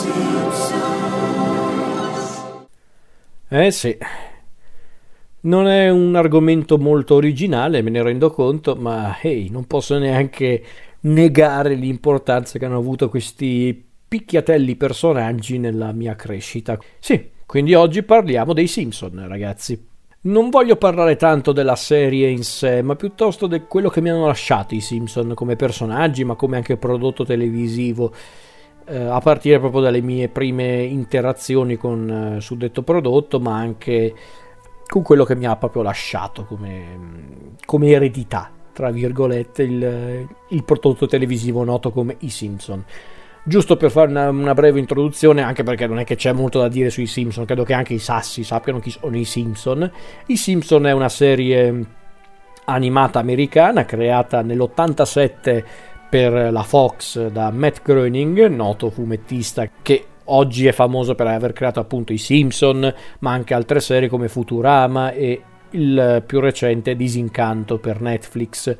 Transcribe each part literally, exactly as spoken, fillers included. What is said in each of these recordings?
Eh sì, non è un argomento molto originale, me ne rendo conto, ma hey, non posso neanche negare l'importanza che hanno avuto questi picchiatelli personaggi nella mia crescita. Sì, quindi oggi parliamo dei Simpson, ragazzi. Non voglio parlare tanto della serie in sé, ma piuttosto di quello che mi hanno lasciato i Simpson come personaggi, ma come anche prodotto televisivo, eh, a partire proprio dalle mie prime interazioni con eh, suddetto prodotto, ma anche con quello che mi ha proprio lasciato come, come eredità, tra virgolette, il, il prodotto televisivo noto come i Simpson. Giusto per fare una, una breve introduzione, anche perché non è che c'è molto da dire sui Simpson, credo che anche i sassi sappiano chi sono i Simpson. I Simpson è una serie animata americana creata nell'ottantasette per la Fox da Matt Groening, noto fumettista che oggi è famoso per aver creato appunto i Simpson, ma anche altre serie come Futurama e il più recente Disincanto per Netflix.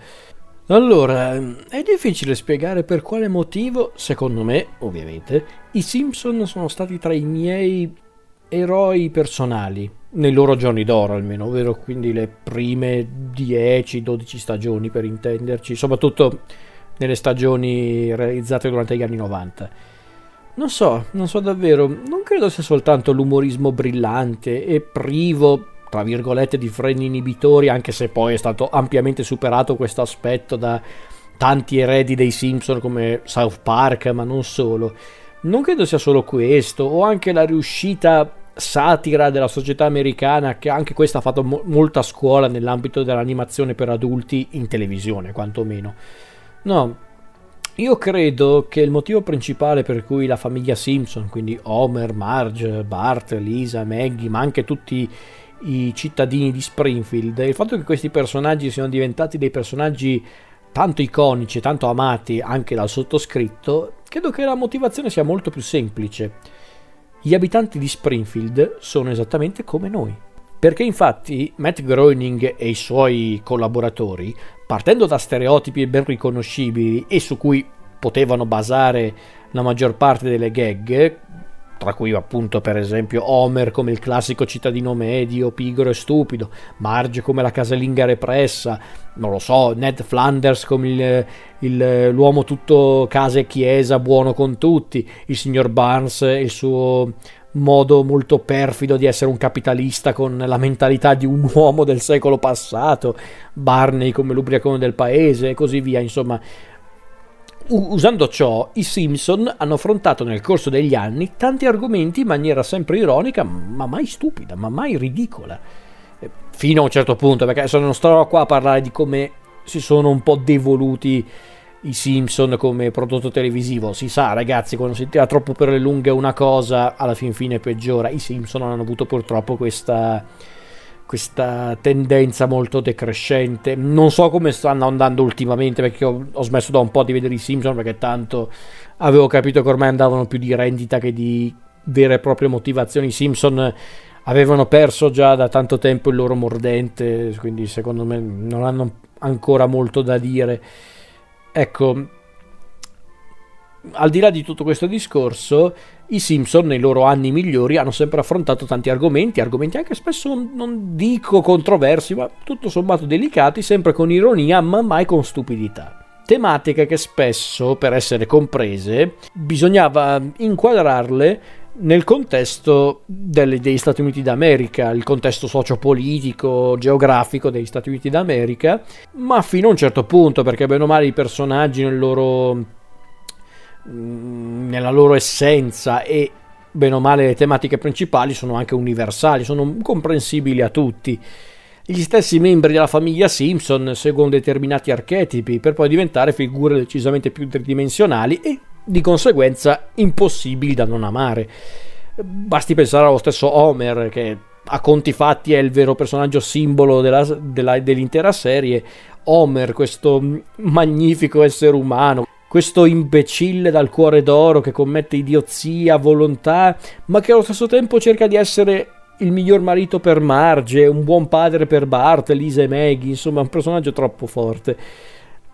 Allora, è difficile spiegare per quale motivo, secondo me, ovviamente, i Simpson sono stati tra i miei eroi personali, nei loro giorni d'oro almeno, ovvero quindi le prime dieci dodici stagioni per intenderci, soprattutto nelle stagioni realizzate durante gli anni novanta. Non so, non so davvero, non credo sia soltanto l'umorismo brillante e privo, tra virgolette, di freni inibitori, anche se poi è stato ampiamente superato questo aspetto da tanti eredi dei Simpson come South Park, ma non solo. Non credo sia solo questo, o anche la riuscita satira della società americana, che anche questa ha fatto mo- molta scuola nell'ambito dell'animazione per adulti in televisione, quantomeno. No, io credo che il motivo principale per cui la famiglia Simpson, quindi Homer, Marge, Bart, Lisa, Maggie, ma anche tutti i cittadini di Springfield, il fatto che questi personaggi siano diventati dei personaggi tanto iconici, tanto amati anche dal sottoscritto, credo che la motivazione sia molto più semplice. Gli abitanti di Springfield sono esattamente come noi. Perché infatti Matt Groening e i suoi collaboratori, partendo da stereotipi ben riconoscibili e su cui potevano basare la maggior parte delle gag, tra cui appunto per esempio Homer come il classico cittadino medio, pigro e stupido, Marge come la casalinga repressa, non lo so, Ned Flanders come il, il, l'uomo tutto casa e chiesa, buono con tutti, il signor Barnes e il suo modo molto perfido di essere un capitalista con la mentalità di un uomo del secolo passato, Barney come l'ubriacone del paese e così via. Insomma, usando ciò, i Simpson hanno affrontato nel corso degli anni tanti argomenti in maniera sempre ironica, ma mai stupida, ma mai ridicola, fino a un certo punto, perché adesso non starò qua a parlare di come si sono un po' devoluti i Simpson come prodotto televisivo. Si sa, ragazzi, quando si tira troppo per le lunghe una cosa, alla fin fine peggiora. I Simpson hanno avuto purtroppo questa questa tendenza molto decrescente. Non so come stanno andando ultimamente, perché ho, ho smesso da un po' di vedere i Simpson, perché tanto avevo capito che ormai andavano più di rendita che di vere e proprie motivazioni. I Simpson avevano perso già da tanto tempo il loro mordente, quindi secondo me non hanno ancora molto da dire. Ecco, al di là di tutto questo discorso, i Simpson nei loro anni migliori hanno sempre affrontato tanti argomenti, argomenti anche spesso non dico controversi, ma tutto sommato delicati, sempre con ironia, ma mai con stupidità. Tematiche che spesso, per essere comprese, bisognava inquadrarle nel contesto delle, degli Stati Uniti d'America, il contesto sociopolitico, geografico degli Stati Uniti d'America, ma fino a un certo punto, perché bene o male i personaggi nel loro, nella loro essenza e bene o male le tematiche principali sono anche universali, sono comprensibili a tutti. Gli stessi membri della famiglia Simpson seguono determinati archetipi per poi diventare figure decisamente più tridimensionali e di conseguenza impossibili da non amare. Basti pensare allo stesso Homer, che a conti fatti è il vero personaggio simbolo della, della, dell'intera serie. Homer, questo magnifico essere umano, questo imbecille dal cuore d'oro che commette idiozie a volontà, ma che allo stesso tempo cerca di essere il miglior marito per Marge, un buon padre per Bart, Lisa e Maggie, insomma un personaggio troppo forte.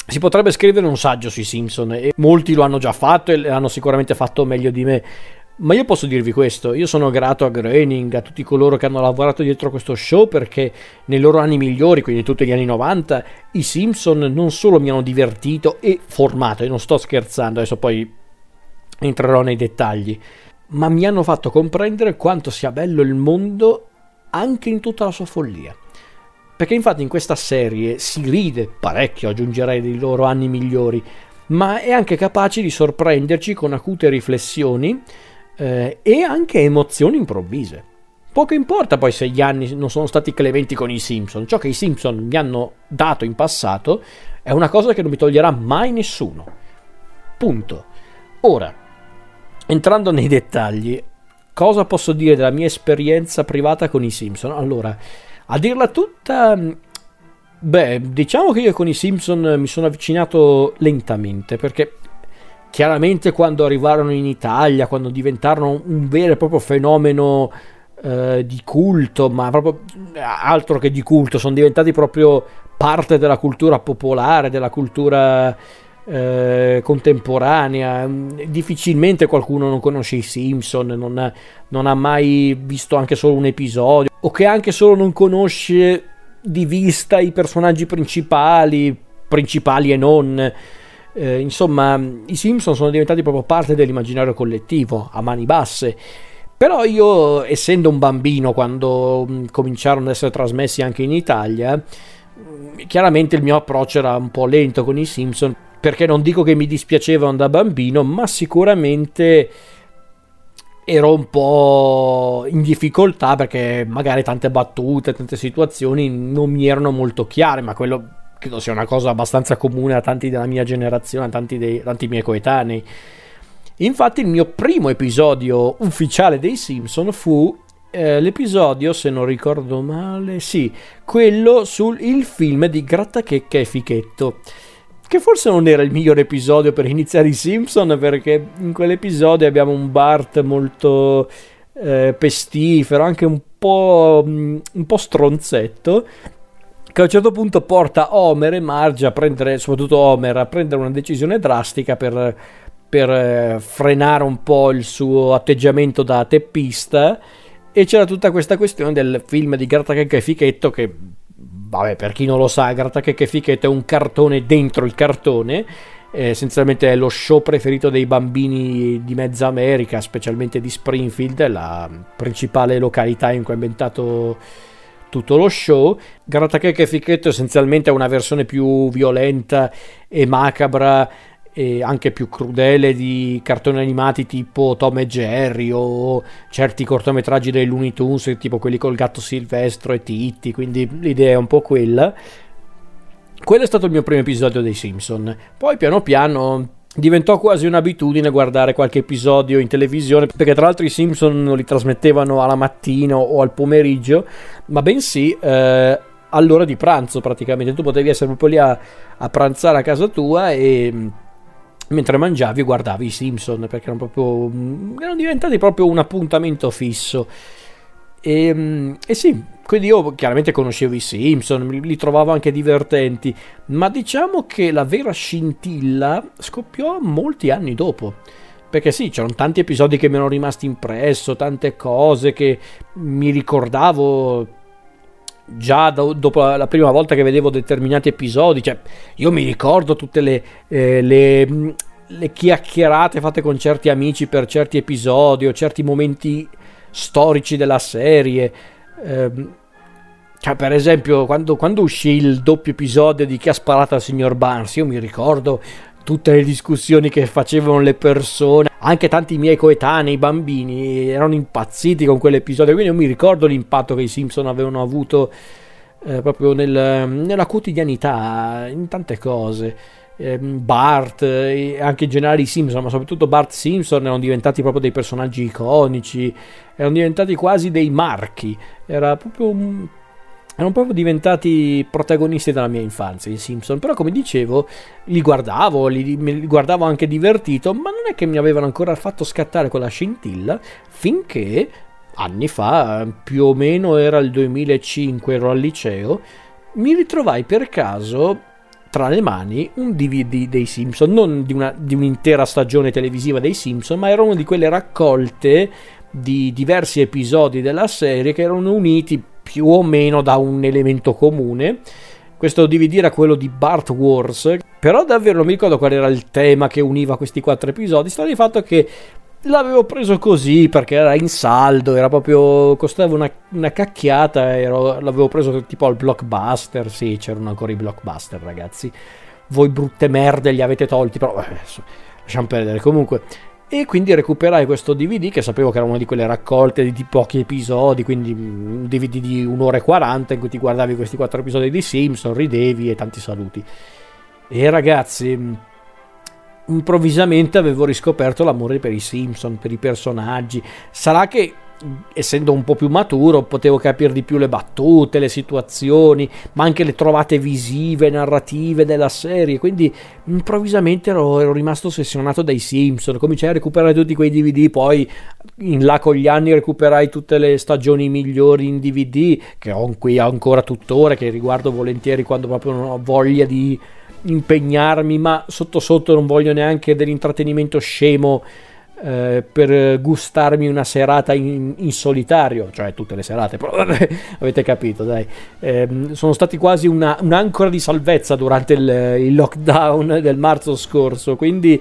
Si potrebbe scrivere un saggio sui Simpson e molti lo hanno già fatto e l'hanno sicuramente fatto meglio di me. Ma io posso dirvi questo, io sono grato a Groening, a tutti coloro che hanno lavorato dietro questo show, perché nei loro anni migliori, quindi tutti gli anni novanta, i Simpson non solo mi hanno divertito e formato, e non sto scherzando, adesso poi entrerò nei dettagli, ma mi hanno fatto comprendere quanto sia bello il mondo anche in tutta la sua follia. Perché infatti in questa serie si ride parecchio, aggiungerei, dei loro anni migliori, ma è anche capace di sorprenderci con acute riflessioni eh, e anche emozioni improvvise. Poco importa poi se gli anni non sono stati clementi con i Simpson, ciò che i Simpson mi hanno dato in passato è una cosa che non mi toglierà mai nessuno. Punto. Ora, entrando nei dettagli, cosa posso dire della mia esperienza privata con i Simpson? Allora, a dirla tutta, beh, diciamo che io con i Simpson mi sono avvicinato lentamente, perché chiaramente quando arrivarono in Italia, quando diventarono un vero e proprio fenomeno eh, di culto, ma proprio altro che di culto, sono diventati proprio parte della cultura popolare, della cultura eh, contemporanea. Difficilmente qualcuno non conosce i Simpson, non ha, non ha mai visto anche solo un episodio, o che anche solo non conosce di vista i personaggi principali, principali e non. Eh, insomma, i Simpson sono diventati proprio parte dell'immaginario collettivo, a mani basse. Però io, essendo un bambino quando mh, cominciarono ad essere trasmessi anche in Italia, mh, chiaramente il mio approccio era un po' lento con i Simpson, perché non dico che mi dispiacevano da bambino, ma sicuramente ero un po' in difficoltà, perché magari tante battute, tante situazioni non mi erano molto chiare, ma quello credo sia una cosa abbastanza comune a tanti della mia generazione, a tanti dei tanti miei coetanei. Infatti il mio primo episodio ufficiale dei Simpson fu eh, l'episodio, se non ricordo male, sì, quello sul il film di Grattachecca e Fichetto, che forse non era il migliore episodio per iniziare i Simpson, perché in quell'episodio abbiamo un Bart molto eh, pestifero, anche un po', un po' stronzetto, che a un certo punto porta Homer e Marge a prendere, soprattutto Homer, a prendere una decisione drastica per, per frenare un po' il suo atteggiamento da teppista, e c'era tutta questa questione del film di Grattachecca e Fichetto che, vabbè, per chi non lo sa, Grattachecca e Fichetto è un cartone dentro il cartone, eh, essenzialmente è lo show preferito dei bambini di mezza America, specialmente di Springfield, la principale località in cui è ambientato tutto lo show. Grattachecca e Fichetto essenzialmente è una versione più violenta e macabra e anche più crudele di cartoni animati tipo Tom e Jerry o certi cortometraggi dei Looney Tunes, tipo quelli col gatto Silvestro e Titti, quindi l'idea è un po' quella. Quello è stato il mio primo episodio dei Simpson. Poi piano piano diventò quasi un'abitudine guardare qualche episodio in televisione, perché tra l'altro i Simpson non li trasmettevano alla mattina o al pomeriggio, ma bensì eh, all'ora di pranzo praticamente. Tu potevi essere proprio lì a, a pranzare a casa tua e mentre mangiavi guardavi i Simpson, perché erano proprio erano diventati proprio un appuntamento fisso. E, e sì, quindi io chiaramente conoscevo i Simpson, li trovavo anche divertenti, ma diciamo che la vera scintilla scoppiò molti anni dopo, perché sì, c'erano tanti episodi che mi erano rimasti impresso, tante cose che mi ricordavo già do, dopo la, la prima volta che vedevo determinati episodi. Cioè, io mi ricordo tutte le, eh, le, le chiacchierate fatte con certi amici per certi episodi o certi momenti storici della serie. Eh, cioè, per esempio, quando, quando uscì il doppio episodio di Chi ha sparato al signor Barnes, io mi ricordo tutte le discussioni che facevano le persone, anche tanti miei coetanei bambini erano impazziti con quell'episodio, quindi io mi ricordo l'impatto che i Simpson avevano avuto eh, proprio nel, nella quotidianità, in tante cose. eh, Bart e anche in generale i Simpson, ma soprattutto Bart Simpson, erano diventati proprio dei personaggi iconici, erano diventati quasi dei marchi, era proprio un erano proprio diventati protagonisti della mia infanzia i Simpson. Però, come dicevo, li guardavo, li, li guardavo anche divertito, ma non è che mi avevano ancora fatto scattare quella scintilla, finché anni fa, più o meno era il duemilacinque, ero al liceo, mi ritrovai per caso tra le mani un D V D dei Simpson, non di, una, di un'intera stagione televisiva dei Simpson, ma era una di quelle raccolte di diversi episodi della serie che erano uniti più o meno da un elemento comune. Questo D V D era quello di Bart Wars, però davvero non mi ricordo qual era il tema che univa questi quattro episodi. Sta di fatto che l'avevo preso così perché era in saldo, era proprio, costava una, una cacchiata, ero, l'avevo preso tipo al Blockbuster. Sì, c'erano ancora i Blockbuster, ragazzi, voi brutte merde li avete tolti, però eh, adesso lasciamo perdere. Comunque, e quindi recuperai questo D V D che sapevo che era una di quelle raccolte di, di pochi episodi, quindi un D V D di un'ora e quaranta in cui ti guardavi questi quattro episodi di Simpson, ridevi e tanti saluti. E ragazzi, improvvisamente avevo riscoperto l'amore per i Simpson, per i personaggi. Sarà che essendo un po' più maturo potevo capire di più le battute, le situazioni, ma anche le trovate visive, narrative della serie, quindi improvvisamente ero, ero rimasto ossessionato dai Simpson. Cominciai a recuperare tutti quei D V D, poi in là con gli anni recuperai tutte le stagioni migliori in D V D che ho qui ancora tuttora, che riguardo volentieri quando proprio non ho voglia di impegnarmi, ma sotto sotto non voglio neanche dell'intrattenimento scemo eh, per gustarmi una serata in, in solitario, cioè tutte le serate, però vabbè, avete capito, dai. Eh, sono stati quasi una, un'ancora di salvezza durante il, il lockdown del marzo scorso, quindi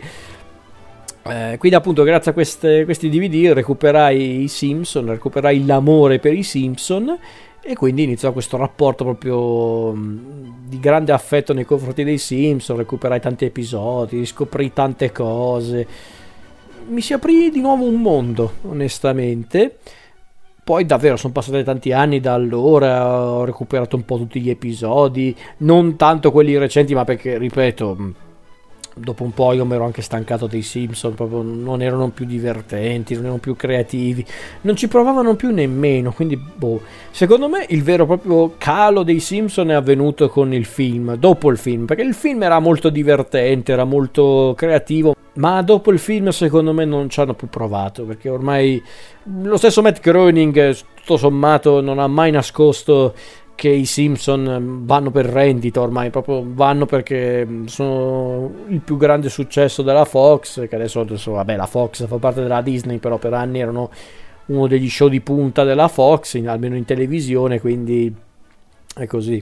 eh, quindi appunto grazie a queste, questi D V D recuperai i Simpson, recuperai l'amore per i Simpson. E quindi iniziò questo rapporto proprio di grande affetto nei confronti dei Simpson, recuperai tanti episodi, scoprii tante cose, mi si aprì di nuovo un mondo, onestamente. Poi davvero sono passati tanti anni da allora, ho recuperato un po' tutti gli episodi, non tanto quelli recenti, ma perché, ripeto, dopo un po' io mi ero anche stancato dei Simpson, proprio non erano più divertenti, non erano più creativi, non ci provavano più nemmeno, quindi boh. Secondo me il vero proprio calo dei Simpson è avvenuto con il film, dopo il film, perché il film era molto divertente, era molto creativo, ma dopo il film secondo me non ci hanno più provato, perché ormai lo stesso Matt Groening tutto sommato non ha mai nascosto che i Simpson vanno per rendita, ormai proprio vanno perché sono il più grande successo della Fox, che adesso, adesso vabbè, la Fox fa parte della Disney, però per anni erano uno degli show di punta della Fox, in, almeno in televisione, quindi è così.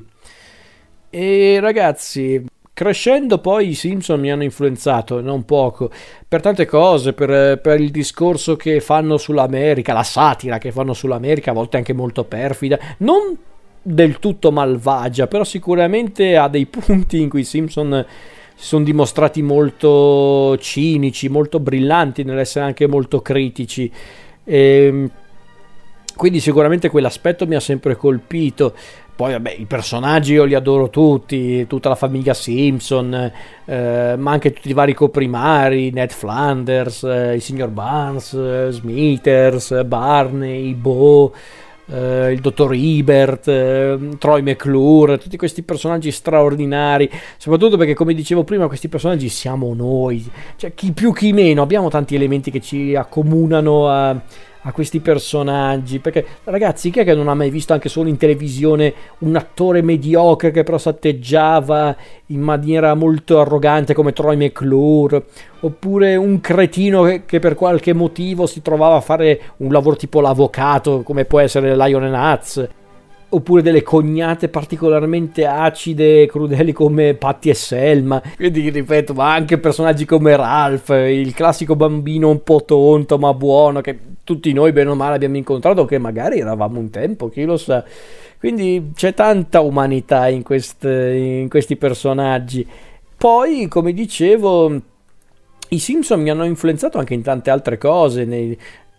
E ragazzi, crescendo poi i Simpson mi hanno influenzato non poco per tante cose, per, per il discorso che fanno sull'America, la satira che fanno sull'America, a volte anche molto perfida, non del tutto malvagia, però sicuramente ha dei punti in cui i Simpson si sono dimostrati molto cinici, molto brillanti nell'essere anche molto critici, e quindi sicuramente quell'aspetto mi ha sempre colpito. Poi vabbè, i personaggi io li adoro tutti, tutta la famiglia Simpson, eh, ma anche tutti i vari coprimari, Ned Flanders, eh, il signor Barnes, eh, Smithers, Barney, Bo, Uh, il dottor Hibbert, uh, Troy McClure, tutti questi personaggi straordinari, soprattutto perché, come dicevo prima, questi personaggi siamo noi, cioè chi più chi meno, abbiamo tanti elementi che ci accomunano a, a questi personaggi, perché ragazzi, chi è che non ha mai visto anche solo in televisione un attore mediocre che però s'atteggiava in maniera molto arrogante come Troy McClure, oppure un cretino che, che per qualche motivo si trovava a fare un lavoro tipo l'avvocato come può essere Lion and Hutz, oppure delle cognate particolarmente acide e crudeli come Patty e Selma. Quindi ripeto, ma anche personaggi come Ralph, il classico bambino un po' tonto ma buono che tutti noi bene o male abbiamo incontrato, che magari eravamo un tempo, chi lo sa. Quindi c'è tanta umanità in, queste, in questi personaggi. Poi, come dicevo, i Simpson mi hanno influenzato anche in tante altre cose, nei,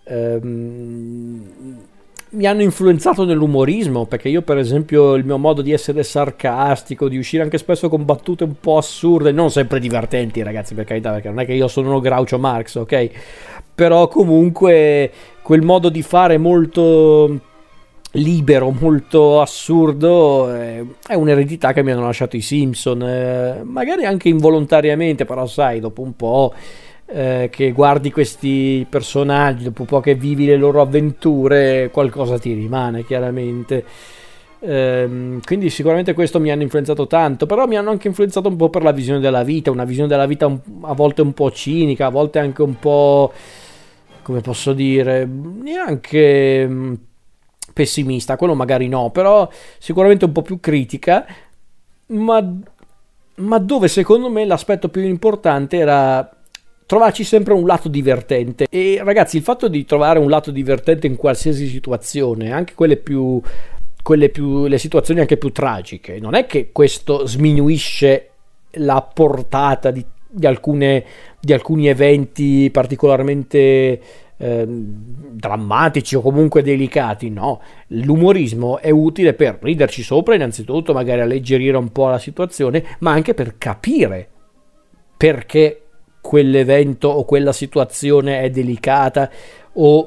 ehm, mi hanno influenzato nell'umorismo, perché io per esempio il mio modo di essere sarcastico, di uscire anche spesso con battute un po' assurde, non sempre divertenti ragazzi, per carità, perché non è che io sono uno Groucho Marx, ok? Però comunque quel modo di fare molto libero, molto assurdo, eh, è un'eredità che mi hanno lasciato i Simpson, eh, magari anche involontariamente, però sai, dopo un po' eh, che guardi questi personaggi, dopo un po' che vivi le loro avventure, qualcosa ti rimane chiaramente. Ehm, quindi sicuramente questo mi hanno influenzato tanto, però mi hanno anche influenzato un po' per la visione della vita, una visione della vita un- a volte un po' cinica, a volte anche un po', come posso dire, neanche mm, pessimista, quello magari no, però sicuramente un po' più critica, ma, ma dove secondo me l'aspetto più importante era trovarci sempre un lato divertente. E ragazzi, il fatto di trovare un lato divertente in qualsiasi situazione, anche quelle più, quelle più, le situazioni anche più tragiche, non è che questo sminuisce la portata di, di alcune, di alcuni eventi particolarmente ehm, drammatici o comunque delicati. No, l'umorismo è utile per riderci sopra innanzitutto, magari alleggerire un po' la situazione, ma anche per capire perché quell'evento o quella situazione è delicata o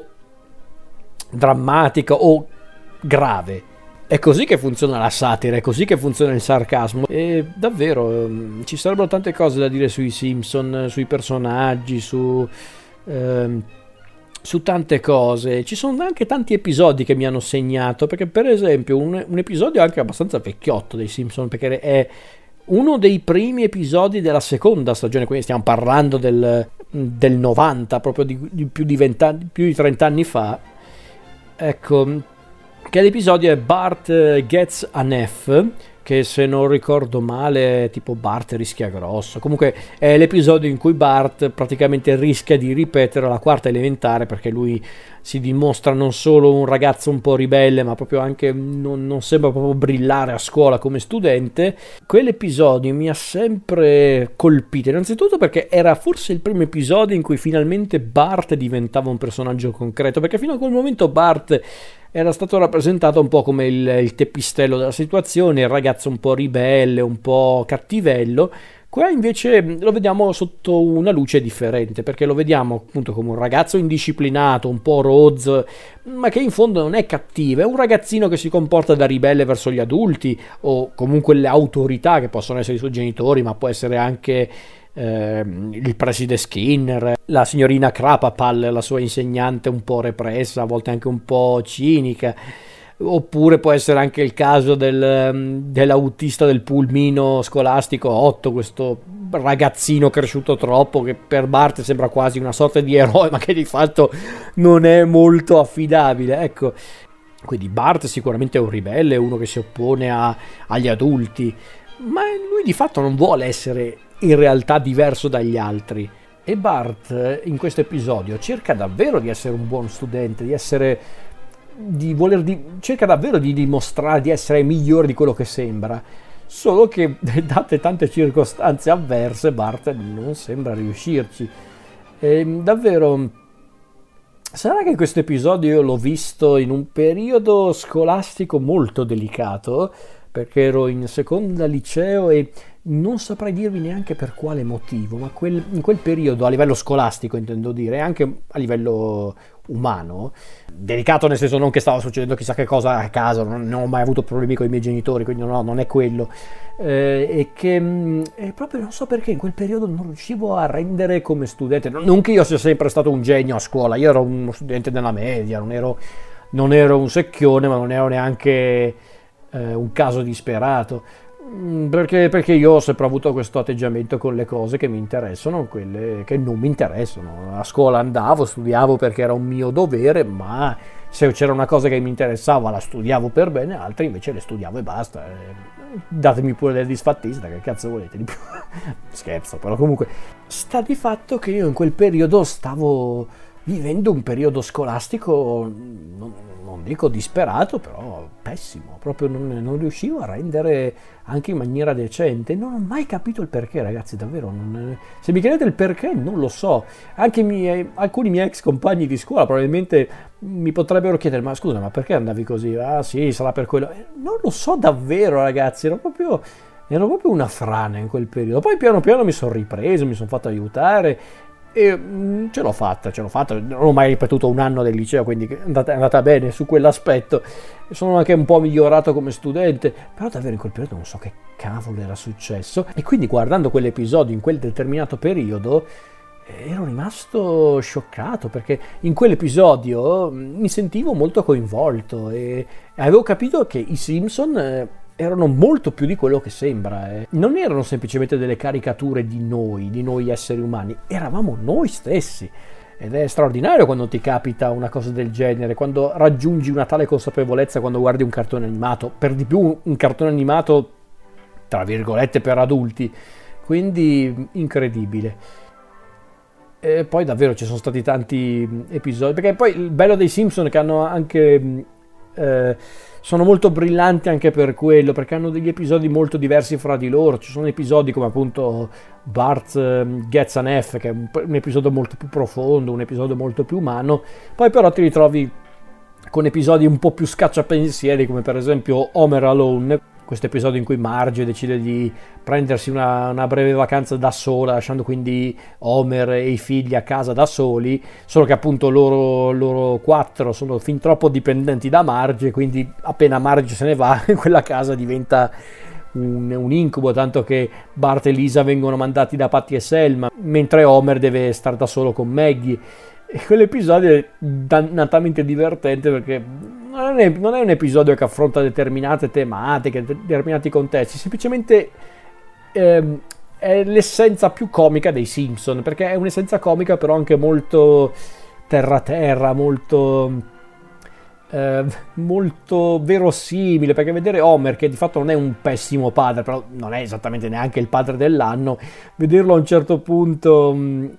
drammatica o grave. È così che funziona la satira, è così che funziona il sarcasmo. E davvero ehm, ci sarebbero tante cose da dire sui Simpson, sui personaggi, su, ehm, su tante cose. Ci sono anche tanti episodi che mi hanno segnato, perché per esempio un, un episodio anche abbastanza vecchiotto dei Simpson, perché è uno dei primi episodi della seconda stagione, quindi stiamo parlando del, del novanta, proprio di, di più di venti, più di trenta anni fa. Ecco, che l'episodio è Bart Gets an F, che se non ricordo male è tipo Bart rischia grosso. Comunque è l'episodio in cui Bart praticamente rischia di ripetere la quarta elementare, perché lui si dimostra non solo un ragazzo un po' ribelle, ma proprio anche non, non sembra proprio brillare a scuola come studente. Quell'episodio mi ha sempre colpito, innanzitutto perché era forse il primo episodio in cui finalmente Bart diventava un personaggio concreto, perché fino a quel momento Bart era stato rappresentato un po' come il, il teppistello della situazione, il ragazzo un po' ribelle, un po' cattivello. Qua invece lo vediamo sotto una luce differente, perché lo vediamo appunto come un ragazzo indisciplinato, un po' rozzo, ma che in fondo non è cattivo, è un ragazzino che si comporta da ribelle verso gli adulti o comunque le autorità, che possono essere i suoi genitori, ma può essere anche eh, il preside Skinner, la signorina Crapapal, la sua insegnante un po' repressa, a volte anche un po' cinica. Oppure può essere anche il caso del, dell'autista del pulmino scolastico Otto, questo ragazzino cresciuto troppo che per Bart sembra quasi una sorta di eroe, ma che di fatto non è molto affidabile. Ecco, quindi Bart sicuramente è un ribelle, uno che si oppone a, agli adulti, ma lui di fatto non vuole essere in realtà diverso dagli altri. E Bart in questo episodio cerca davvero di essere un buon studente, di essere di voler di, cerca davvero di dimostrare di essere migliore di quello che sembra, solo che date tante circostanze avverse Bart non sembra riuscirci. E davvero, sarà che questo episodio io l'ho visto in un periodo scolastico molto delicato, perché ero in seconda liceo e non saprei dirvi neanche per quale motivo, ma quel, in quel periodo, a livello scolastico intendo dire, anche a livello umano, delicato nel senso non che stava succedendo chissà che cosa a casa, non, non ho mai avuto problemi con i miei genitori, quindi no, non è quello, eh, e che mh, e proprio non so perché in quel periodo non riuscivo a rendere come studente, non, non che io sia sempre stato un genio a scuola, io ero uno studente della media, non ero, non ero un secchione, ma non ero neanche eh, un caso disperato. Perché, perché io ho sempre avuto questo atteggiamento con le cose che mi interessano, quelle che non mi interessano. A scuola andavo, studiavo perché era un mio dovere, ma se c'era una cosa che mi interessava la studiavo per bene, altre invece le studiavo e basta. Datemi pure del disfattista, che cazzo volete di più? Scherzo, però comunque sta di fatto che io in quel periodo stavo vivendo un periodo scolastico, non, non dico disperato, però pessimo, proprio non, non riuscivo a rendere anche in maniera decente. Non ho mai capito il perché, ragazzi, davvero. Non, se mi chiedete il perché, non lo so. Anche i miei, alcuni miei ex compagni di scuola probabilmente mi potrebbero chiedere: ma scusa, ma perché andavi così? Ah sì, sarà per quello. Eh, non lo so davvero, ragazzi, ero proprio... ero proprio una frana in quel periodo. Poi piano piano mi sono ripreso, mi sono fatto aiutare e mh, ce l'ho fatta, ce l'ho fatta. Non ho mai ripetuto un anno del liceo, quindi è andata, è andata bene su quell'aspetto. Sono anche un po' migliorato come studente, però davvero in quel periodo non so che cavolo era successo. E quindi guardando quell'episodio in quel determinato periodo ero rimasto scioccato perché in quell'episodio mi sentivo molto coinvolto e avevo capito che i Simpson eh, erano molto più di quello che sembra. Eh. Non erano semplicemente delle caricature di noi, di noi esseri umani, eravamo noi stessi. Ed è straordinario quando ti capita una cosa del genere, quando raggiungi una tale consapevolezza quando guardi un cartone animato, per di più un cartone animato tra virgolette per adulti, quindi incredibile. E poi davvero ci sono stati tanti episodi, perché poi il bello dei Simpson è che hanno anche eh, sono molto brillanti anche per quello, perché hanno degli episodi molto diversi fra di loro. Ci sono episodi come appunto Bart Gets an F, che è un, un episodio molto più profondo, un episodio molto più umano. Poi però ti ritrovi con episodi un po' più scacciapensieri, come per esempio Homer Alone, questo episodio in cui Marge decide di prendersi una, una breve vacanza da sola, lasciando quindi Homer e i figli a casa da soli, solo che appunto loro, loro quattro sono fin troppo dipendenti da Marge, quindi appena Marge se ne va quella casa diventa un, un incubo, tanto che Bart e Lisa vengono mandati da Patty e Selma, mentre Homer deve stare da solo con Maggie. E quell'episodio è dannatamente divertente perché non è, non è un episodio che affronta determinate tematiche, determinati contesti, semplicemente ehm, è l'essenza più comica dei Simpson, perché è un'essenza comica però anche molto terra-terra, molto, eh, molto verosimile, perché vedere Homer, che di fatto non è un pessimo padre, però non è esattamente neanche il padre dell'anno, vederlo a un certo punto... Mh,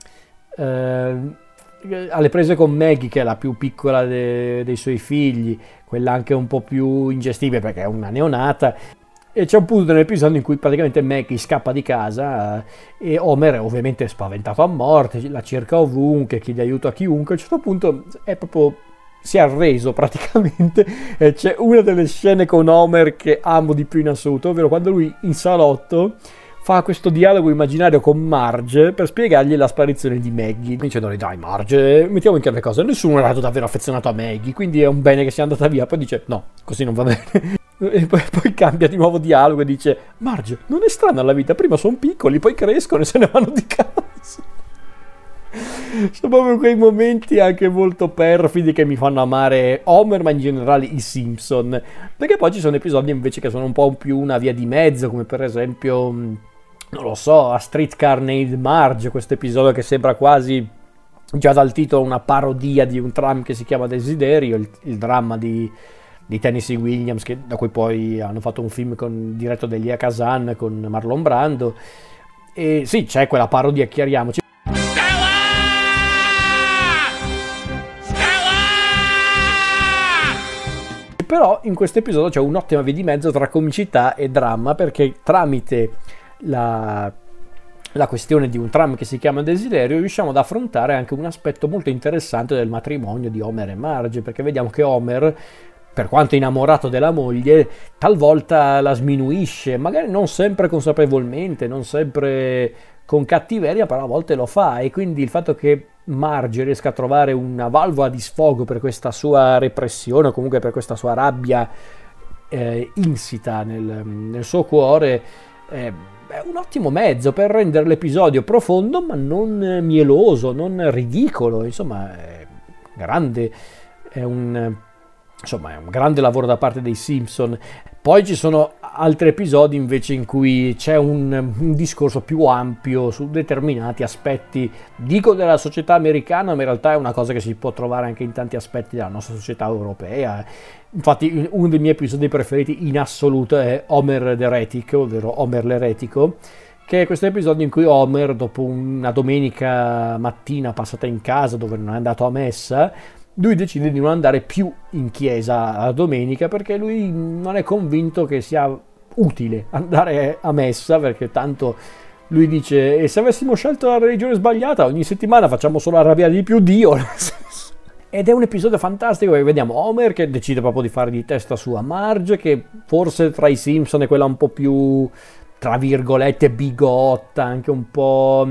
eh, alle prese con Maggie, che è la più piccola de- dei suoi figli, quella anche un po' più ingestibile perché è una neonata, e c'è un punto nell'episodio in cui praticamente Maggie scappa di casa eh, e Homer è ovviamente spaventato a morte, la cerca ovunque, chiede aiuto a chiunque. A un certo punto è proprio si è arreso praticamente, e c'è una delle scene con Homer che amo di più in assoluto, ovvero quando lui in salotto fa questo dialogo immaginario con Marge per spiegargli la sparizione di Maggie, dicendogli dai Marge, mettiamo in chiaro le cose, nessuno era davvero affezionato a Maggie, quindi è un bene che sia andata via. Poi dice no, così non va bene. E poi, poi cambia di nuovo dialogo e dice Marge, non è strana la vita, prima sono piccoli, poi crescono e se ne vanno di casa. Sono proprio quei momenti anche molto perfidi che mi fanno amare Homer, ma in generale i Simpson, perché poi ci sono episodi invece che sono un po' più una via di mezzo, come per esempio, non lo so, a Streetcar Named Marge, questo episodio che sembra quasi, già dal titolo, una parodia di un tram che si chiama Desiderio, il, il dramma di, di Tennessee Williams, che, da cui poi hanno fatto un film con, diretto da Elia Kazan con Marlon Brando. E sì, c'è quella parodia, chiariamoci. Però in questo episodio c'è un'ottima via di mezzo tra comicità e dramma, perché tramite la, la questione di un tram che si chiama Desiderio riusciamo ad affrontare anche un aspetto molto interessante del matrimonio di Homer e Marge, perché vediamo che Homer, per quanto innamorato della moglie, talvolta la sminuisce, magari non sempre consapevolmente, non sempre con cattiveria, però a volte lo fa, e quindi il fatto che Marge riesca a trovare una valvola di sfogo per questa sua repressione o comunque per questa sua rabbia eh, insita nel, nel suo cuore eh, è un ottimo mezzo per rendere l'episodio profondo ma non mieloso, non ridicolo. Insomma è grande, è un, insomma, è un grande lavoro da parte dei Simpson. Poi ci sono altri episodi invece in cui c'è un, un discorso più ampio su determinati aspetti, dico della società americana, ma in realtà è una cosa che si può trovare anche in tanti aspetti della nostra società europea. Infatti uno dei miei episodi preferiti in assoluto è Homer the Heretic, ovvero Homer l'eretico, che è questo episodio in cui Homer, dopo una domenica mattina passata in casa dove non è andato a messa, lui decide di non andare più in chiesa la domenica perché lui non è convinto che sia utile andare a messa, perché tanto lui dice e se avessimo scelto la religione sbagliata ogni settimana facciamo solo arrabbiare di più Dio. Ed è un episodio fantastico perché vediamo Homer che decide proprio di fare di testa sua Marge, che forse tra i Simpson è quella un po' più tra virgolette bigotta, anche un po'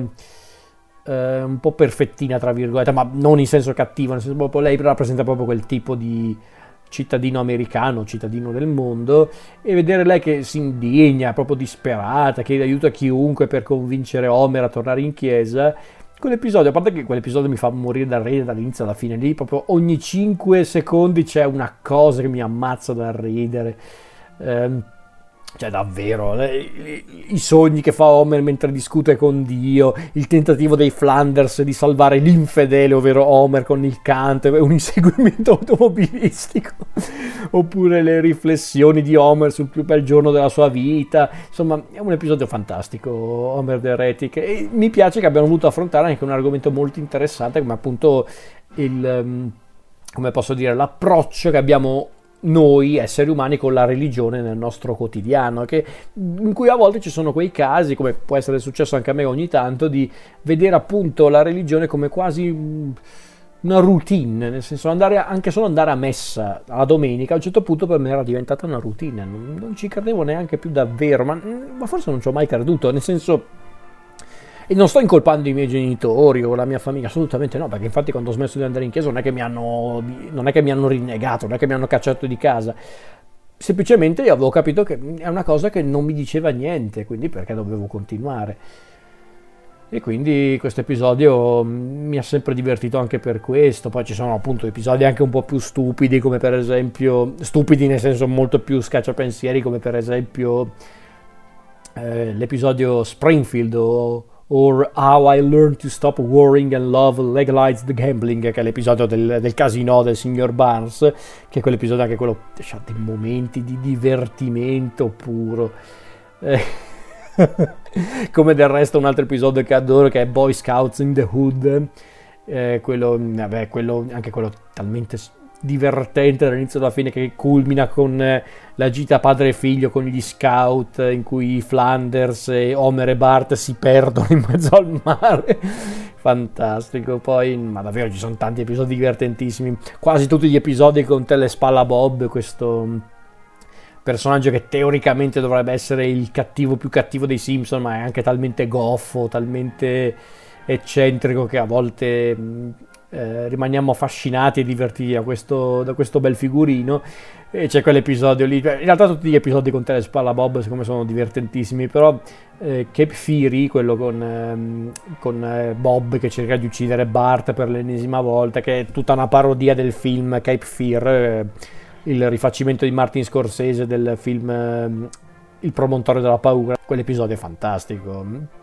Uh, un po' perfettina tra virgolette, ma non in senso cattivo, nel senso proprio lei rappresenta proprio quel tipo di cittadino americano, cittadino del mondo, e vedere lei che si indigna, proprio disperata, chiede aiuto a chiunque per convincere Homer a tornare in chiesa, quell'episodio, a parte che quell'episodio mi fa morire dal ridere dall'inizio alla fine, lì proprio ogni cinque secondi c'è una cosa che mi ammazza dal ridere. Ehm, cioè davvero, eh, i, i sogni che fa Homer mentre discute con Dio, il tentativo dei Flanders di salvare l'infedele, ovvero Homer con il canto, un inseguimento automobilistico, oppure le riflessioni di Homer sul più bel giorno della sua vita. Insomma, è un episodio fantastico, Homer the Heretic, e mi piace che abbiano voluto affrontare anche un argomento molto interessante come appunto il, come posso dire, l'approccio che abbiamo noi esseri umani con la religione nel nostro quotidiano, che, in cui a volte ci sono quei casi, come può essere successo anche a me ogni tanto, di vedere appunto la religione come quasi una routine, nel senso andare anche solo andare a messa alla domenica a un certo punto per me era diventata una routine, non, non ci credevo neanche più davvero, ma, ma forse non ci ho mai creduto, nel senso. E non sto incolpando i miei genitori o la mia famiglia, assolutamente no, perché infatti quando ho smesso di andare in chiesa non è che mi hanno, non è che mi hanno rinnegato, non è che mi hanno cacciato di casa, semplicemente io avevo capito che è una cosa che non mi diceva niente, quindi perché dovevo continuare. E quindi questo episodio mi ha sempre divertito anche per questo. Poi ci sono appunto episodi anche un po' più stupidi, come per esempio, stupidi nel senso molto più scacciapensieri, come per esempio eh, l'episodio Springfield o or How I Learned to Stop Worrying and Love Legalized Gambling, che è l'episodio del, del casino del signor Barnes, che è quell'episodio anche quello ha dei momenti di divertimento puro, eh, come del resto un altro episodio che adoro, che è Boy Scouts in the Hood, eh, quello, vabbè, quello anche quello talmente divertente dall'inizio alla fine, che culmina con eh, la gita padre e figlio con gli scout, in cui Flanders e Homer e Bart si perdono in mezzo al mare. Fantastico. Poi, ma davvero ci sono tanti episodi divertentissimi, quasi tutti gli episodi con Telespalla Bob, questo personaggio che teoricamente dovrebbe essere il cattivo più cattivo dei Simpson, ma è anche talmente goffo, talmente eccentrico, che a volte Eh, rimaniamo affascinati e divertiti da questo, da questo bel figurino. E c'è quell'episodio lì, in realtà tutti gli episodi con Telespalla Bob siccome sono divertentissimi, però eh, Cape Fear, quello con, ehm, con eh, Bob che cerca di uccidere Bart per l'ennesima volta, che è tutta una parodia del film Cape Fear, eh, il rifacimento di Martin Scorsese del film eh, Il promontorio della paura. Quell'episodio è fantastico.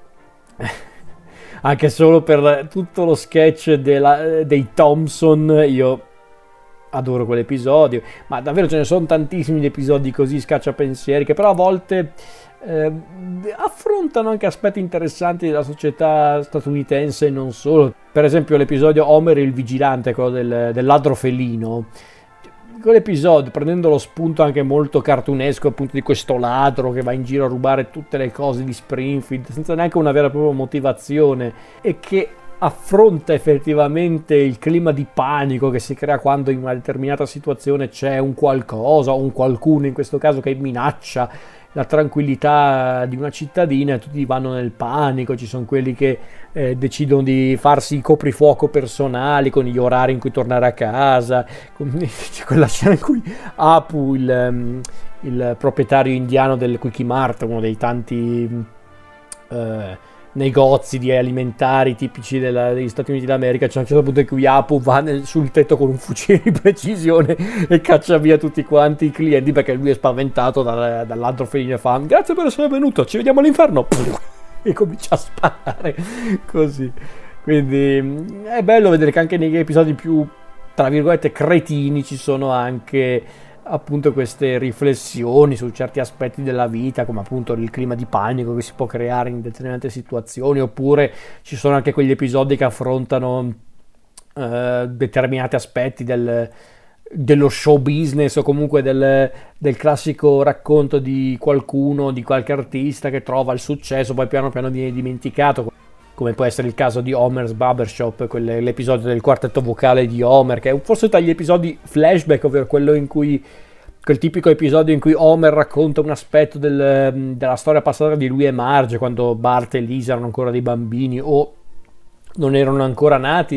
Anche solo per tutto lo sketch della, dei Thompson, io adoro quell'episodio, ma davvero ce ne sono tantissimi di episodi così scacciapensieri, che però a volte eh, affrontano anche aspetti interessanti della società statunitense e non solo. Per esempio l'episodio Homer il vigilante, quello del, del ladro felino. Quell'episodio, prendendo lo spunto anche molto cartunesco appunto di questo ladro che va in giro a rubare tutte le cose di Springfield senza neanche una vera e propria motivazione, e che affronta effettivamente il clima di panico che si crea quando in una determinata situazione c'è un qualcosa o un qualcuno, in questo caso, che minaccia la tranquillità di una cittadina, e tutti vanno nel panico. Ci sono quelli che eh, decidono di farsi i coprifuoco personali con gli orari in cui tornare a casa. C'è quella scena in cui Apu, il, um, il proprietario indiano del Quickie Mart, uno dei tanti uh, negozi di alimentari tipici della, degli Stati Uniti d'America, c'è un certo punto in cui Apu va nel, sul tetto con un fucile di precisione e caccia via tutti quanti i clienti, perché lui è spaventato dal, dall'altro felino, e fa grazie per essere venuto, ci vediamo all'inferno, e comincia a sparare così. Quindi è bello vedere che anche negli episodi più, tra virgolette, cretini ci sono anche appunto queste riflessioni su certi aspetti della vita, come appunto il clima di panico che si può creare in determinate situazioni, oppure ci sono anche quegli episodi che affrontano eh, determinati aspetti del, dello show business, o comunque del, del classico racconto di qualcuno, di qualche artista che trova il successo, poi piano piano viene dimenticato, come può essere il caso di Homer's Barbershop, l'episodio del quartetto vocale di Homer, che è forse tra gli episodi flashback, ovvero quello in cui, quel tipico episodio in cui Homer racconta un aspetto del, della storia passata di lui e Marge, quando Bart e Lisa erano ancora dei bambini o non erano ancora nati.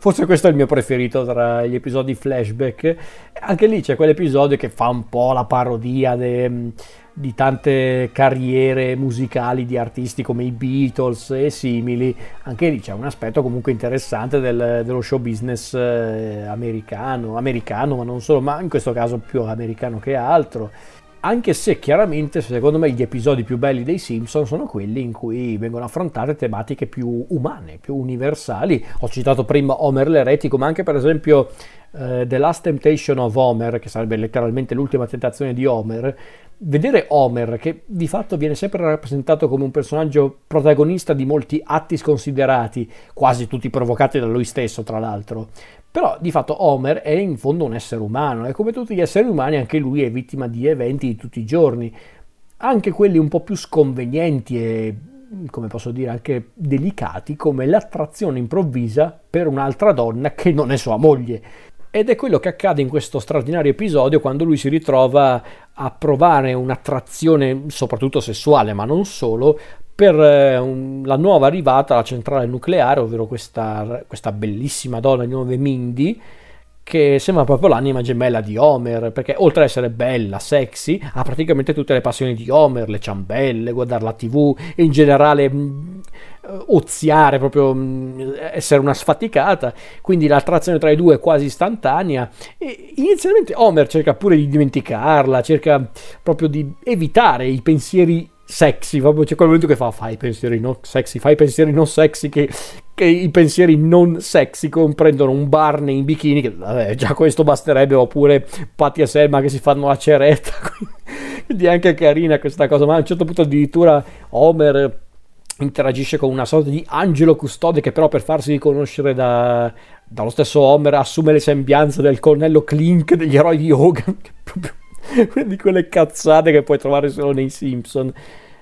Forse questo è il mio preferito tra gli episodi flashback. Anche lì c'è quell'episodio che fa un po' la parodia de- di tante carriere musicali di artisti come i Beatles e simili. Anche lì c'è un aspetto comunque interessante del- dello show business eh, americano, americano, ma non solo, ma in questo caso più americano che altro. Anche se chiaramente secondo me gli episodi più belli dei Simpson sono quelli in cui vengono affrontate tematiche più umane, più universali. Ho citato prima Homer l'eretico, ma anche per esempio eh, The Last Temptation of Homer, che sarebbe letteralmente l'ultima tentazione di Homer. Vedere Homer, che di fatto viene sempre rappresentato come un personaggio protagonista di molti atti sconsiderati, quasi tutti provocati da lui stesso, tra l'altro. Però di fatto Homer è in fondo un essere umano e come tutti gli esseri umani anche lui è vittima di eventi di tutti i giorni, anche quelli un po' più sconvenienti e, come posso dire, anche delicati, come l'attrazione improvvisa per un'altra donna che non è sua moglie. Ed è quello che accade in questo straordinario episodio quando lui si ritrova a provare un'attrazione soprattutto sessuale, ma non solo, per eh, un- la nuova arrivata alla centrale nucleare, ovvero questa, questa bellissima donna di nome Mindy, che sembra proprio l'anima gemella di Homer, perché oltre ad essere bella, sexy, ha praticamente tutte le passioni di Homer, le ciambelle, guardare la tivù e in generale mh, oziare, proprio mh, essere una sfaticata, quindi l'attrazione tra i due è quasi istantanea e inizialmente Homer cerca pure di dimenticarla, cerca proprio di evitare i pensieri sexy, proprio c'è quel momento che fa fai i pensieri non sexy, fai i pensieri non sexy che, che i pensieri non sexy comprendono un Barney in bikini che vabbè, già questo basterebbe, oppure Patty e Selma che si fanno la ceretta quindi è anche carina questa cosa, ma a un certo punto addirittura Homer interagisce con una sorta di angelo custode che però per farsi riconoscere da, dallo stesso Homer assume le sembianze del colonnello Clink degli eroi di Hogan, che è proprio una di quelle cazzate che puoi trovare solo nei Simpson.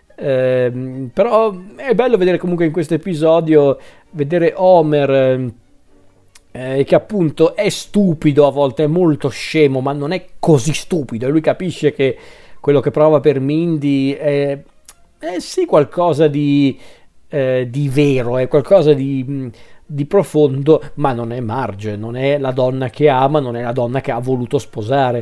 Ehm, però è bello vedere comunque in questo episodio vedere Homer eh, che appunto è stupido, a volte è molto scemo, ma non è così stupido e lui capisce che quello che prova per Mindy è, è sì qualcosa di, eh, di vero, è qualcosa di, di profondo, ma non è Marge, non è la donna che ama, non è la donna che ha voluto sposare.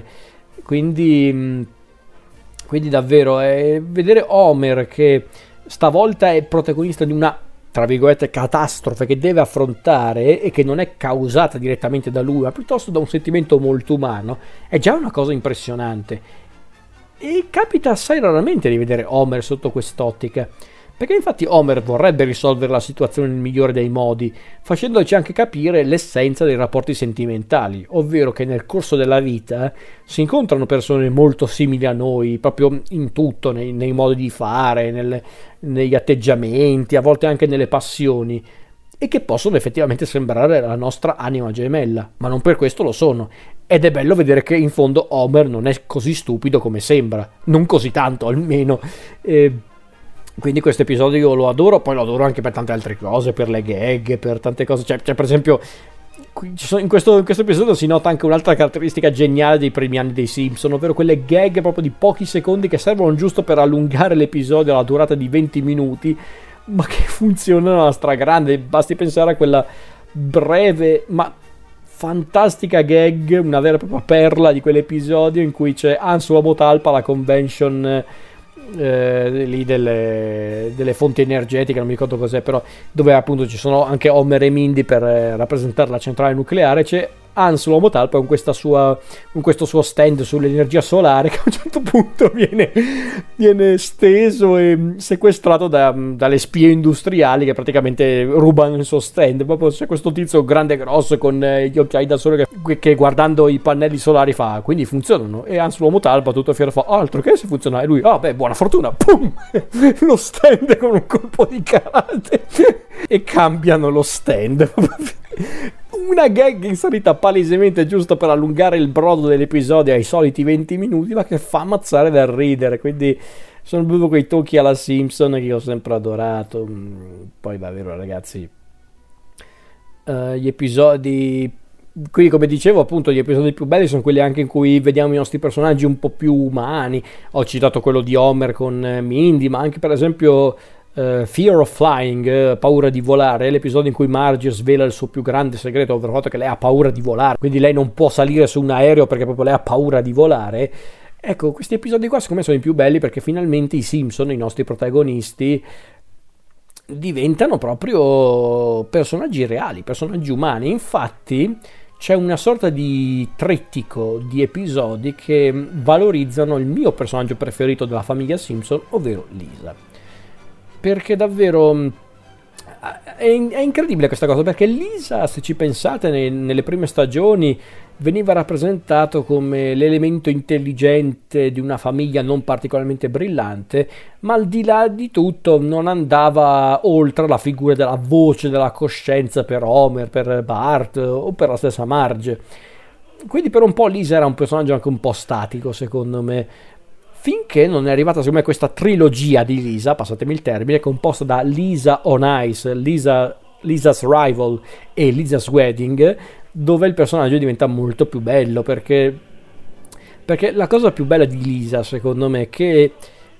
Quindi, quindi davvero eh, vedere Homer che stavolta è protagonista di una tra virgolette catastrofe che deve affrontare e che non è causata direttamente da lui, ma piuttosto da un sentimento molto umano, è già una cosa impressionante. E capita assai raramente di vedere Homer sotto quest'ottica, perché infatti Homer vorrebbe risolvere la situazione nel migliore dei modi, facendoci anche capire l'essenza dei rapporti sentimentali, ovvero che nel corso della vita si incontrano persone molto simili a noi, proprio in tutto, nei, nei modi di fare, nel, negli atteggiamenti, a volte anche nelle passioni, e che possono effettivamente sembrare la nostra anima gemella, ma non per questo lo sono. Ed è bello vedere che in fondo Homer non è così stupido come sembra, non così tanto almeno. Eh, Quindi questo episodio io lo adoro, poi lo adoro anche per tante altre cose, per le gag, per tante cose. Cioè, cioè per esempio, in questo, in questo episodio si nota anche un'altra caratteristica geniale dei primi anni dei Simpson, ovvero quelle gag proprio di pochi secondi che servono giusto per allungare l'episodio alla durata di venti minuti, ma che funzionano alla stragrande. Basti pensare a quella breve ma fantastica gag, una vera e propria perla di quell'episodio in cui c'è Hans Uomo Talpa alla convention eh, lì delle, delle fonti energetiche, non mi ricordo cos'è, però dove appunto ci sono anche Homer e Mindy per eh, rappresentare la centrale nucleare. C'è Hans l'uomo talpa con, questa sua, con questo suo stand sull'energia solare che a un certo punto viene, viene steso e sequestrato da, dalle spie industriali che praticamente rubano il suo stand. Proprio c'è questo tizio grande e grosso con eh, gli occhiali da sole che, che guardando i pannelli solari fa quindi funzionano, e Hans l'uomo talpa tutto fiero fa altro che se funziona, e lui ah beh buona fortuna, pum, lo stand con un colpo di karate e cambiano lo stand. Una gag inserita palesemente giusto per allungare il brodo dell'episodio ai soliti venti minuti, ma che fa ammazzare dal ridere. Quindi sono proprio quei tocchi alla Simpson che ho sempre adorato. Poi davvero ragazzi, uh, gli episodi, qui come dicevo appunto, gli episodi più belli sono quelli anche in cui vediamo i nostri personaggi un po' più umani. Ho citato quello di Homer con Mindy, ma anche per esempio uh, Fear of Flying, uh, paura di volare, è l'episodio in cui Marge svela il suo più grande segreto, ovvero il fatto che lei ha paura di volare, quindi lei non può salire su un aereo perché proprio lei ha paura di volare. Ecco, questi episodi qua secondo me sono i più belli perché finalmente i Simpson, i nostri protagonisti, diventano proprio personaggi reali, personaggi umani. Infatti c'è una sorta di trittico di episodi che valorizzano il mio personaggio preferito della famiglia Simpson, ovvero Lisa, perché davvero è, è incredibile questa cosa, perché Lisa, se ci pensate, ne, nelle prime stagioni veniva rappresentato come l'elemento intelligente di una famiglia non particolarmente brillante, ma al di là di tutto non andava oltre la figura della voce della coscienza per Homer, per Bart o per la stessa Marge. Quindi per un po' Lisa era un personaggio anche un po' statico, secondo me, finché non è arrivata secondo me questa trilogia di Lisa, passatemi il termine, composta da Lisa on Ice, Lisa, Lisa's Rival e Lisa's Wedding, dove il personaggio diventa molto più bello, perché perché la cosa più bella di Lisa secondo me è che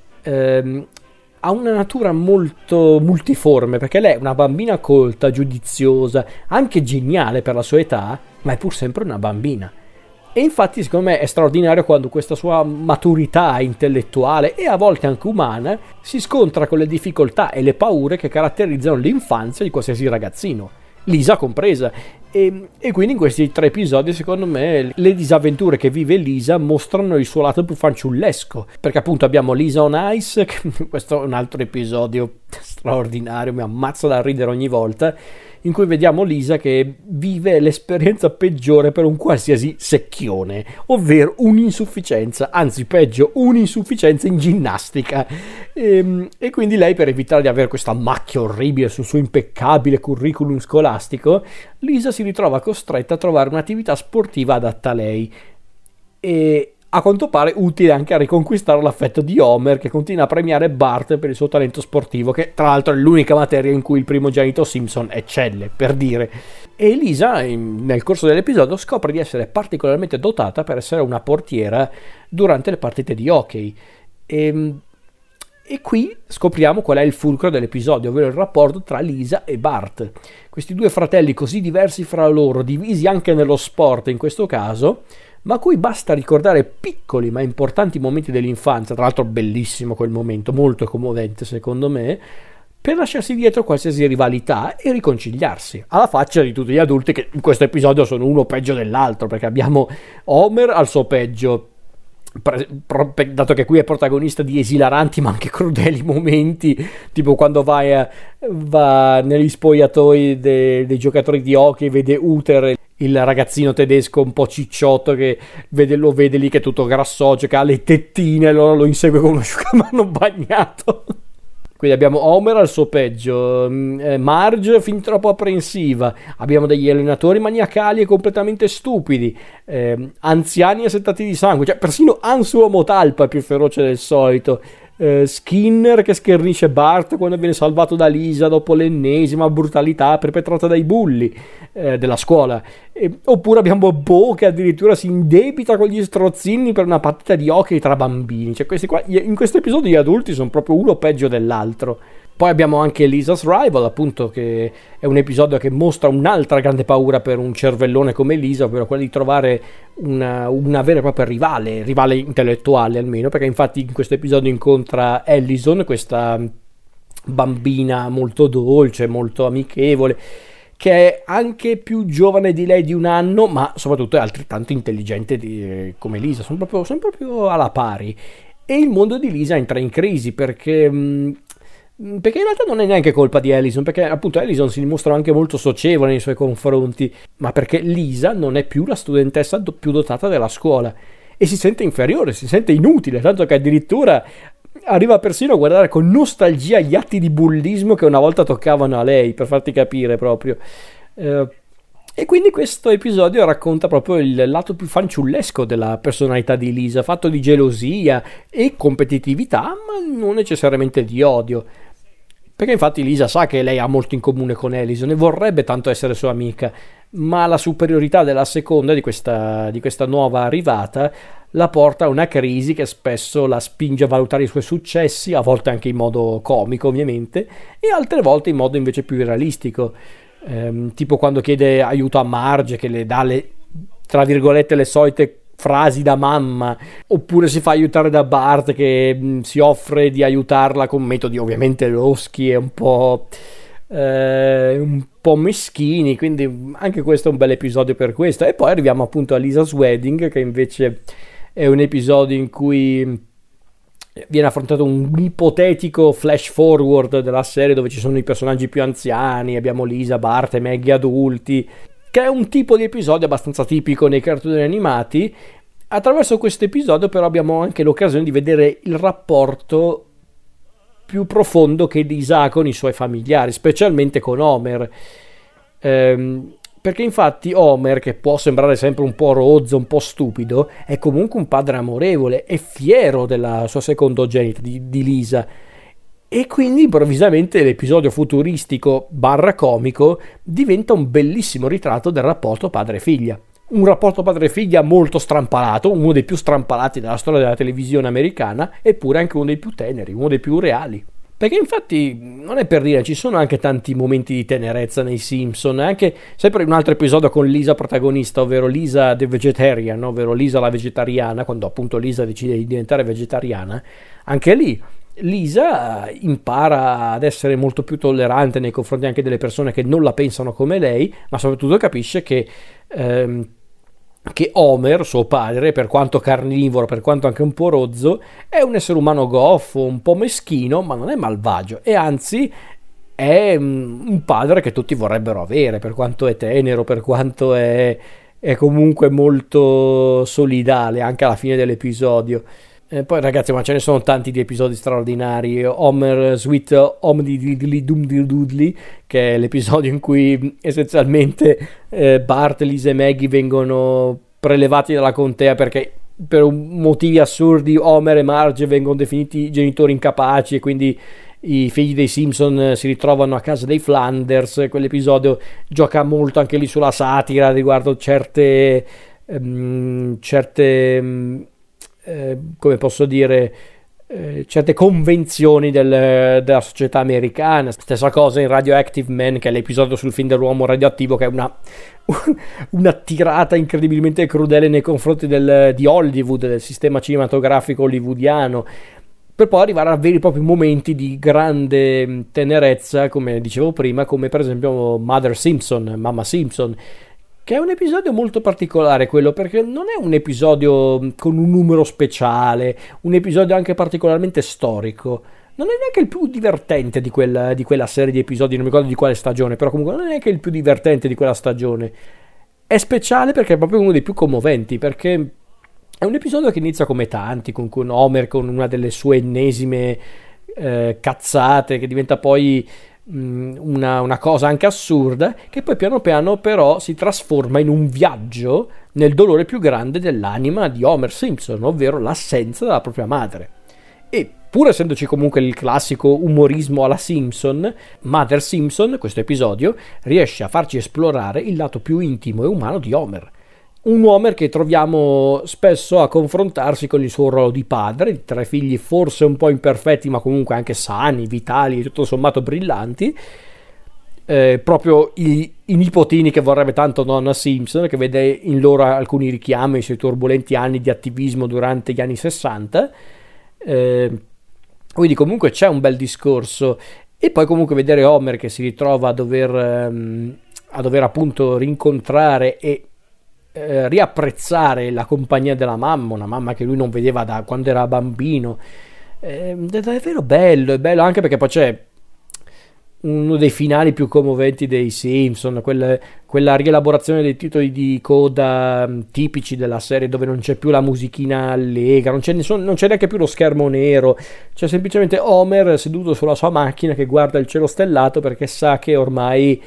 ehm, ha una natura molto multiforme, perché lei è una bambina colta, giudiziosa, anche geniale per la sua età, ma è pur sempre una bambina. E infatti secondo me è straordinario quando questa sua maturità intellettuale e a volte anche umana si scontra con le difficoltà e le paure che caratterizzano l'infanzia di qualsiasi ragazzino, Lisa compresa. E, e quindi in questi tre episodi secondo me le disavventure che vive Lisa mostrano il suo lato più fanciullesco, perché appunto abbiamo Lisa on Ice, che questo è un altro episodio straordinario, mi ammazza da ridere ogni volta, in cui vediamo Lisa che vive l'esperienza peggiore per un qualsiasi secchione, ovvero un'insufficienza, anzi peggio, un'insufficienza in ginnastica. E, e quindi lei, per evitare di avere questa macchia orribile sul suo impeccabile curriculum scolastico, Lisa si ritrova costretta a trovare un'attività sportiva adatta a lei e a quanto pare utile anche a riconquistare l'affetto di Homer, che continua a premiare Bart per il suo talento sportivo, che tra l'altro è l'unica materia in cui il primogenito Simpson eccelle, per dire. E Lisa in, nel corso dell'episodio scopre di essere particolarmente dotata per essere una portiera durante le partite di hockey. E, e qui scopriamo qual è il fulcro dell'episodio, ovvero il rapporto tra Lisa e Bart. Questi due fratelli così diversi fra loro, divisi anche nello sport in questo caso, ma a cui basta ricordare piccoli ma importanti momenti dell'infanzia, tra l'altro bellissimo quel momento, molto commovente secondo me, per lasciarsi dietro qualsiasi rivalità e riconciliarsi, alla faccia di tutti gli adulti che in questo episodio sono uno peggio dell'altro, perché abbiamo Homer al suo peggio, dato che qui è protagonista di esilaranti ma anche crudeli momenti, tipo quando vai a, va negli spogliatoi de, dei giocatori di hockey, vede Uther, il ragazzino tedesco un po' cicciotto, che vede, lo vede lì che è tutto grassoccio, che ha le tettine, allora lo insegue con uno asciugamano bagnato. Quindi abbiamo Homer al suo peggio, Marge fin troppo apprensiva, abbiamo degli allenatori maniacali e completamente stupidi, eh, anziani assettati di sangue, cioè persino Ansuomo Talpa è più feroce del solito, eh, Skinner che schernisce Bart quando viene salvato da Lisa dopo l'ennesima brutalità perpetrata dai bulli eh, della scuola, e, oppure abbiamo Bo che addirittura si indebita con gli strozzini per una partita di hockey tra bambini. Cioè questi qua, in questo episodio gli adulti sono proprio uno peggio dell'altro. Poi abbiamo anche Lisa's Rival, appunto, che è un episodio che mostra un'altra grande paura per un cervellone come Lisa, ovvero quella di trovare una, una vera e propria rivale, rivale intellettuale almeno, perché infatti in questo episodio incontra Allison, questa bambina molto dolce, molto amichevole, che è anche più giovane di lei di un anno, ma soprattutto è altrettanto intelligente di, come Lisa, sono proprio, sono proprio alla pari. E il mondo di Lisa entra in crisi perché... Mh, perché in realtà non è neanche colpa di Allison, perché appunto Allison si dimostra anche molto socievole nei suoi confronti, ma perché Lisa non è più la studentessa do- più dotata della scuola e si sente inferiore, si sente inutile, tanto che addirittura arriva persino a guardare con nostalgia gli atti di bullismo che una volta toccavano a lei, per farti capire proprio. Eh, E quindi questo episodio racconta proprio il lato più fanciullesco della personalità di Lisa, fatto di gelosia e competitività, ma non necessariamente di odio. Perché infatti Lisa sa che lei ha molto in comune con Allison e vorrebbe tanto essere sua amica, ma la superiorità della seconda, di questa, di questa nuova arrivata, la porta a una crisi che spesso la spinge a valutare i suoi successi, a volte anche in modo comico ovviamente, e altre volte in modo invece più realistico. Ehm, tipo quando chiede aiuto a Marge, che le dà le, tra virgolette, le solite frasi da mamma, oppure si fa aiutare da Bart che mh, si offre di aiutarla con metodi ovviamente loschi e un po' eh, un po' meschini, quindi anche questo è un bel episodio per questo. E poi arriviamo appunto a Lisa's Wedding, che invece è un episodio in cui viene affrontato un ipotetico flash forward della serie dove ci sono i personaggi più anziani, abbiamo Lisa, Bart e Maggie adulti, che è un tipo di episodio abbastanza tipico nei cartoni animati. Attraverso questo episodio però abbiamo anche l'occasione di vedere il rapporto più profondo che Lisa ha con i suoi familiari, specialmente con Homer. Ehm, perché infatti Homer, che può sembrare sempre un po' rozzo, un po' stupido, è comunque un padre amorevole e fiero della sua secondogenita, di, di Lisa. E quindi improvvisamente l'episodio futuristico barra comico diventa un bellissimo ritratto del rapporto padre-figlia. Un rapporto padre-figlia molto strampalato, uno dei più strampalati della storia della televisione americana, eppure anche uno dei più teneri, uno dei più reali. Perché infatti non è per dire, ci sono anche tanti momenti di tenerezza nei Simpson, anche sempre in un altro episodio con Lisa protagonista, ovvero Lisa the Vegetarian, ovvero Lisa la vegetariana, quando appunto Lisa decide di diventare vegetariana. Anche lì Lisa impara ad essere molto più tollerante nei confronti anche delle persone che non la pensano come lei, ma soprattutto capisce che ehm, che Homer, suo padre, per quanto carnivoro, per quanto anche un po' rozzo, è un essere umano goffo, un po' meschino, ma non è malvagio, e anzi è un padre che tutti vorrebbero avere, per quanto è tenero, per quanto è, è comunque molto solidale anche alla fine dell'episodio. E poi ragazzi, ma ce ne sono tanti di episodi straordinari. Homer Sweet Omdi Diddly Dum Doodly, che è l'episodio in cui essenzialmente eh, Bart, Lisa e Maggie vengono prelevati dalla contea perché per motivi assurdi Homer e Marge vengono definiti genitori incapaci e quindi i figli dei Simpson si ritrovano a casa dei Flanders. Quell'episodio gioca molto anche lì sulla satira riguardo certe um, certe um, Eh, come posso dire, eh, certe convenzioni del, della società americana. Stessa cosa in Radioactive Man, che è l'episodio sul film dell'uomo radioattivo, che è una, una tirata incredibilmente crudele nei confronti del, di Hollywood, del sistema cinematografico hollywoodiano, per poi arrivare a veri e propri momenti di grande tenerezza, come dicevo prima, come per esempio Mother Simpson, Mamma Simpson, che è un episodio molto particolare quello, perché non è un episodio con un numero speciale, un episodio anche particolarmente storico. Non è neanche il più divertente di quella, di quella serie di episodi, non mi ricordo di quale stagione, però comunque non è neanche il più divertente di quella stagione. È speciale perché è proprio uno dei più commoventi, perché è un episodio che inizia come tanti, con, con Homer con una delle sue ennesime eh, cazzate, che diventa poi Una, una cosa anche assurda, che poi piano piano però si trasforma in un viaggio nel dolore più grande dell'anima di Homer Simpson, ovvero l'assenza della propria madre. E pur essendoci comunque il classico umorismo alla Simpson, Mother Simpson, questo episodio, riesce a farci esplorare il lato più intimo e umano di Homer. Un Homer che troviamo spesso a confrontarsi con il suo ruolo di padre, di tre figli forse un po' imperfetti ma comunque anche sani, vitali e tutto sommato brillanti, eh, proprio i, i nipotini che vorrebbe tanto nonna Simpson, che vede in loro alcuni richiami ai suoi turbolenti anni di attivismo durante gli anni sessanta, eh, quindi comunque c'è un bel discorso. E poi comunque vedere Homer che si ritrova a dover, ehm, a dover appunto rincontrare e Eh, riapprezzare la compagnia della mamma, una mamma che lui non vedeva da quando era bambino, eh, è davvero bello, è bello anche perché poi c'è uno dei finali più commoventi dei Simpson, quel, quella rielaborazione dei titoli di coda um, tipici della serie, dove non c'è più la musichina allegra, non c'è, nessun, non c'è neanche più lo schermo nero, c'è semplicemente Homer seduto sulla sua macchina che guarda il cielo stellato perché sa che ormai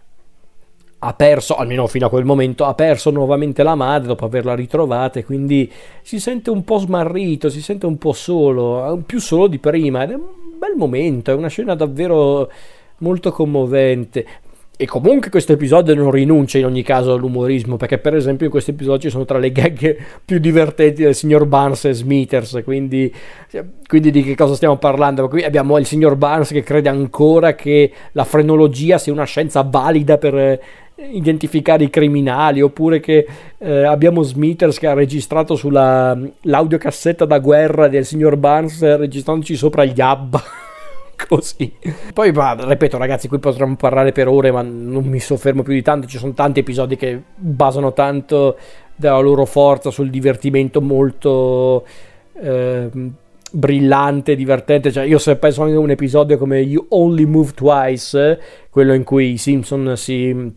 ha perso, almeno fino a quel momento, ha perso nuovamente la madre dopo averla ritrovata, e quindi si sente un po' smarrito, si sente un po' solo, più solo di prima, ed è bel momento, è una scena davvero molto commovente. E comunque questo episodio non rinuncia in ogni caso all'umorismo, perché per esempio in questo episodio ci sono tra le gag più divertenti del signor Barnes e Smithers, quindi, quindi di che cosa stiamo parlando? Qui abbiamo il signor Barnes che crede ancora che la frenologia sia una scienza valida per identificare i criminali, oppure che eh, abbiamo Smithers che ha registrato sulla l'audiocassetta da guerra del signor Barnes registrandoci sopra gli ABBA. Così. Poi, ma, ripeto, ragazzi, qui potremmo parlare per ore, ma non mi soffermo più di tanto. Ci sono tanti episodi che basano tanto della loro forza sul divertimento molto eh, brillante, divertente. Cioè, io se penso anche a un episodio come You Only Move Twice, quello in cui i Simpson si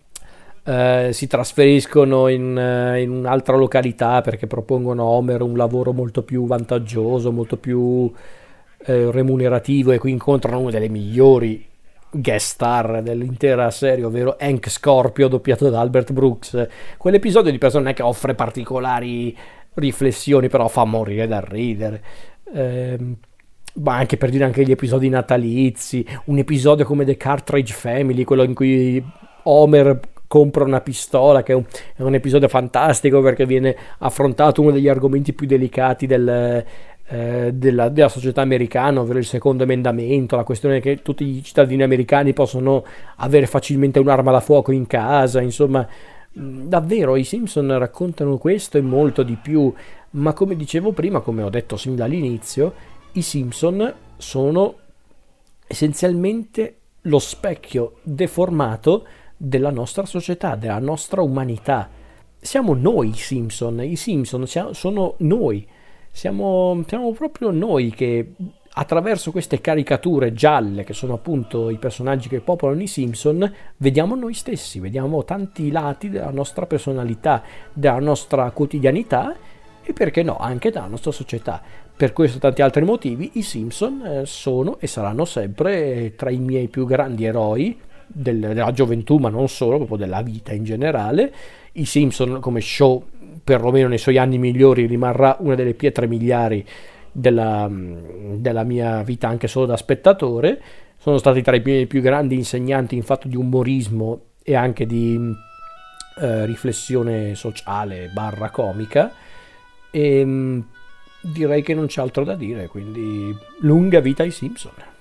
eh, si trasferiscono in, eh, in un'altra località perché propongono a Homer un lavoro molto più vantaggioso, molto più eh, remunerativo, e qui incontrano una delle migliori guest star dell'intera serie, ovvero Hank Scorpio, doppiato da Albert Brooks. Quell'episodio di per sé non è che offre particolari riflessioni, però fa morire dal ridere. Ehm, ma anche per dire anche gli episodi natalizi, un episodio come The Cartridge Family, quello in cui Homer compra una pistola, che è un, è un episodio fantastico perché viene affrontato uno degli argomenti più delicati del, eh, della, della società americana, ovvero il secondo emendamento, la questione che tutti i cittadini americani possono avere facilmente un'arma da fuoco in casa. Insomma, davvero i Simpson raccontano questo e molto di più, ma come dicevo prima, come ho detto sin dall'inizio, i Simpson sono essenzialmente lo specchio deformato della nostra società, della nostra umanità. Siamo noi i Simpson, i Simpson sono noi, siamo, siamo proprio noi che attraverso queste caricature gialle, che sono appunto i personaggi che popolano i Simpson, vediamo noi stessi, vediamo tanti lati della nostra personalità, della nostra quotidianità e, perché no, anche della nostra società. Per questo e tanti altri motivi i Simpson sono e saranno sempre tra i miei più grandi eroi del, della gioventù, ma non solo, proprio della vita in generale. I Simpson come show, perlomeno nei suoi anni migliori, rimarrà una delle pietre miliari della, della mia vita, anche solo da spettatore. Sono stati tra i miei più grandi insegnanti in fatto di umorismo e anche di eh, riflessione sociale barra comica, e direi che non c'è altro da dire, quindi lunga vita ai Simpson.